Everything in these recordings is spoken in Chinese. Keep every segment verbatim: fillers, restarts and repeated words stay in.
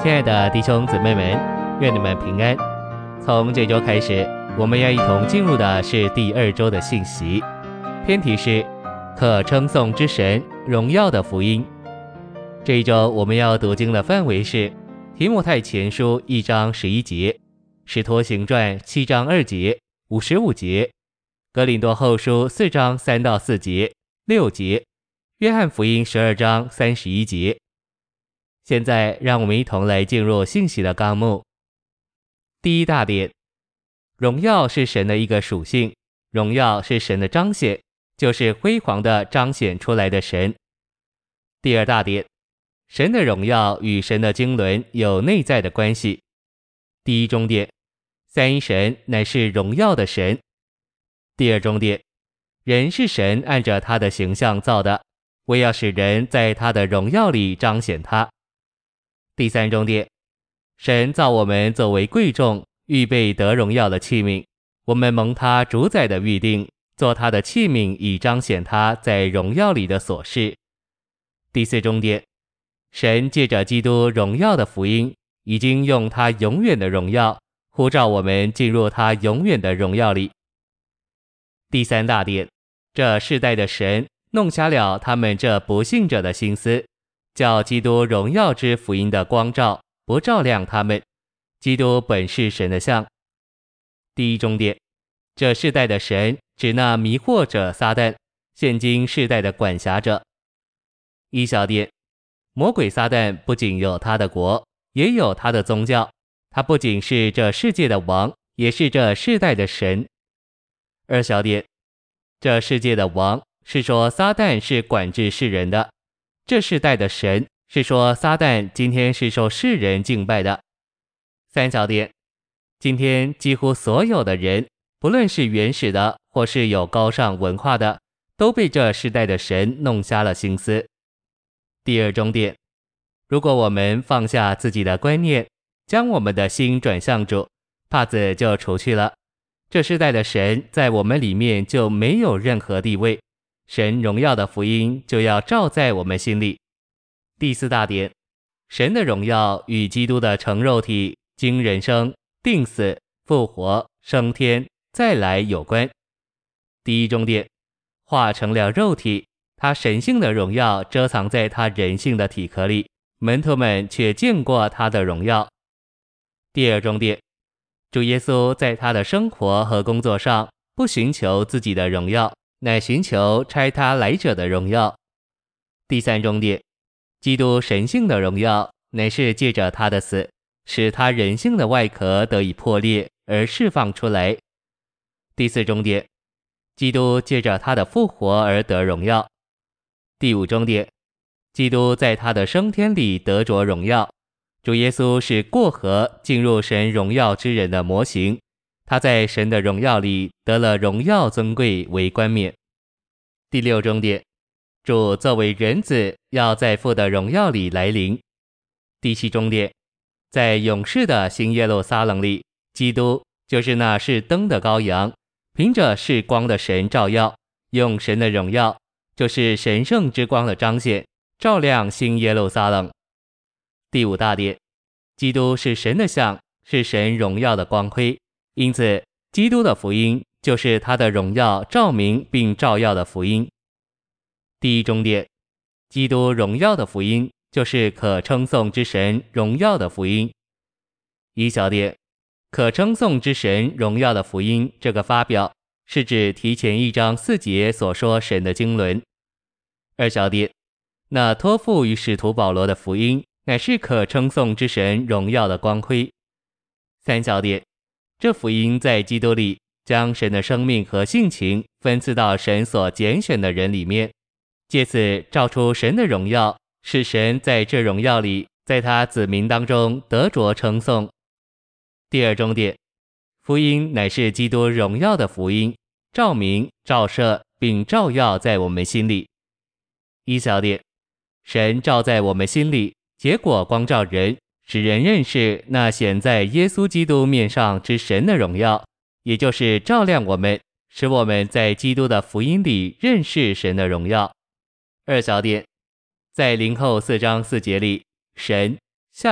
亲爱的弟兄姊妹们，愿你们平安。从这周开始，我们要一同进入的是第二周的信息，篇题是可称颂之神荣耀的福音。这一周我们要读经的范围是提摩太前书一章十一节，使徒行传七章二节、五十五节，哥林多后书四章三到四节、六节，约翰福音十二章三十一节。现在让我们一同来进入信息的纲目。第一大点，荣耀是神的一个属性，荣耀是神的彰显，就是辉煌的彰显出来的神。第二大点，神的荣耀与神的经纶有内在的关系。第一中点，三一神乃是荣耀的神。第二中点，人是神按着他的形象造的，为要使人在他的荣耀里彰显他。第三中点，神造我们作为贵重预备得荣耀的器皿，我们蒙他主宰的预定，做他的器皿，以彰显他在荣耀里的所事。第四中点，神借着基督荣耀的福音，已经用他永远的荣耀呼召我们进入他永远的荣耀里。第三大点，这世代的神弄瞎了他们这不信者的心思，叫基督荣耀之福音的光照不照亮他们。基督本是神的像。第一中点，这世代的神指那迷惑者撒旦，现今世代的管辖者。一小点，魔鬼撒旦不仅有他的国，也有他的宗教，他不仅是这世界的王，也是这世代的神。二小点，这世界的王是说撒旦是管制世人的，这世代的神是说撒旦今天是受世人敬拜的。三小点，今天几乎所有的人，不论是原始的或是有高尚文化的，都被这世代的神弄瞎了心思。第二中点，如果我们放下自己的观念，将我们的心转向主，帕子就除去了，这世代的神在我们里面就没有任何地位，神荣耀的福音就要照在我们心里。第四大点，神的荣耀与基督的成肉体经人生、定死、复活、升天、再来有关。第一中点，化成了肉体，他神性的荣耀遮藏在他人性的体壳里，门徒们却见过他的荣耀。第二中点，主耶稣在他的生活和工作上不寻求自己的荣耀，乃寻求差他来者的荣耀。第三中点，基督神性的荣耀乃是借着他的死，使他人性的外壳得以破裂而释放出来。第四中点，基督借着他的复活而得荣耀。第五中点，基督在他的升天里得着荣耀。主耶稣是过河进入神荣耀之人的模型，他在神的荣耀里得了荣耀尊贵为冠冕。第六中点，主作为人子要在父的荣耀里来临。第七中点，在永世的新耶路撒冷里，基督就是那是灯的羔羊，凭着是光的神照耀，用神的荣耀，就是神圣之光的彰显，照亮新耶路撒冷。第五大点，基督是神的像，是神荣耀的光辉，因此基督的福音就是他的荣耀照明并照耀的福音。第一中点，基督荣耀的福音就是可称颂之神荣耀的福音。一小点，可称颂之神荣耀的福音这个发表是指提前一章四节所说神的经纶。二小点，那托付于使徒保罗的福音乃是可称颂之神荣耀的光辉。三小点，这福音在基督里将神的生命和性情分赐到神所拣选的人里面，借此照出神的荣耀，使神在这荣耀里在他子民当中得着称颂。第二中点，福音乃是基督荣耀的福音，照明、照射并照耀在我们心里。一小点，神照在我们心里，结果光照人，使人认识那显在耶稣基督面上之神的荣耀，也就是照亮我们，使我们在基督的福音里认识神的荣耀。二小点，在林后四章四节里，神、像、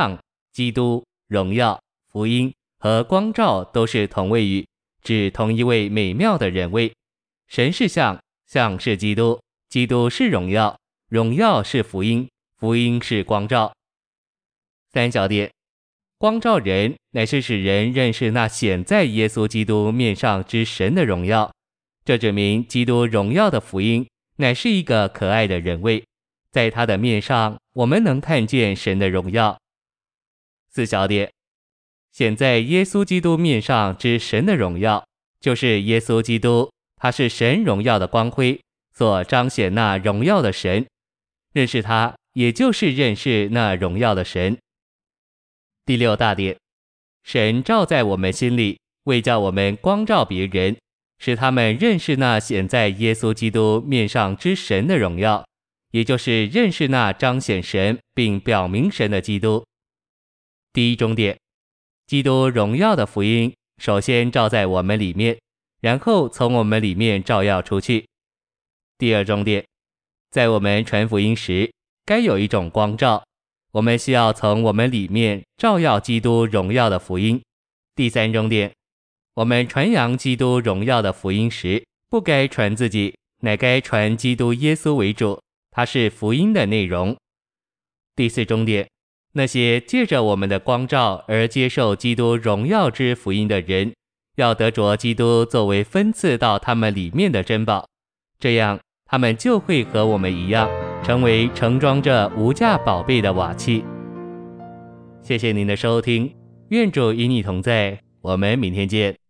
基督、荣耀、福音和光照都是同位语，指同一位美妙的人位。神是像，像是基督，基督是荣耀，荣耀是福音，福音是光照。三小点，光照人乃是使人认识那显在耶稣基督面上之神的荣耀，这指明基督荣耀的福音乃是一个可爱的人位，在他的面上我们能看见神的荣耀。四小点，显在耶稣基督面上之神的荣耀，就是耶稣基督，他是神荣耀的光辉，所彰显那荣耀的神。认识他，也就是认识那荣耀的神。第六大点，神照在我们心里，为叫我们光照别人，使他们认识那显在耶稣基督面上之神的荣耀，也就是认识那彰显神并表明神的基督。第一中点，基督荣耀的福音首先照在我们里面，然后从我们里面照耀出去。第二中点，在我们传福音时，该有一种光照，我们需要从我们里面照耀基督荣耀的福音。第三中点，我们传扬基督荣耀的福音时，不该传自己，乃该传基督耶稣为主，他是福音的内容。第四中点，那些借着我们的光照而接受基督荣耀之福音的人，要得着基督作为分赐到他们里面的珍宝，这样他们就会和我们一样，成为盛装着无价宝贝的瓦器。谢谢您的收听，愿主与你同在，我们明天见。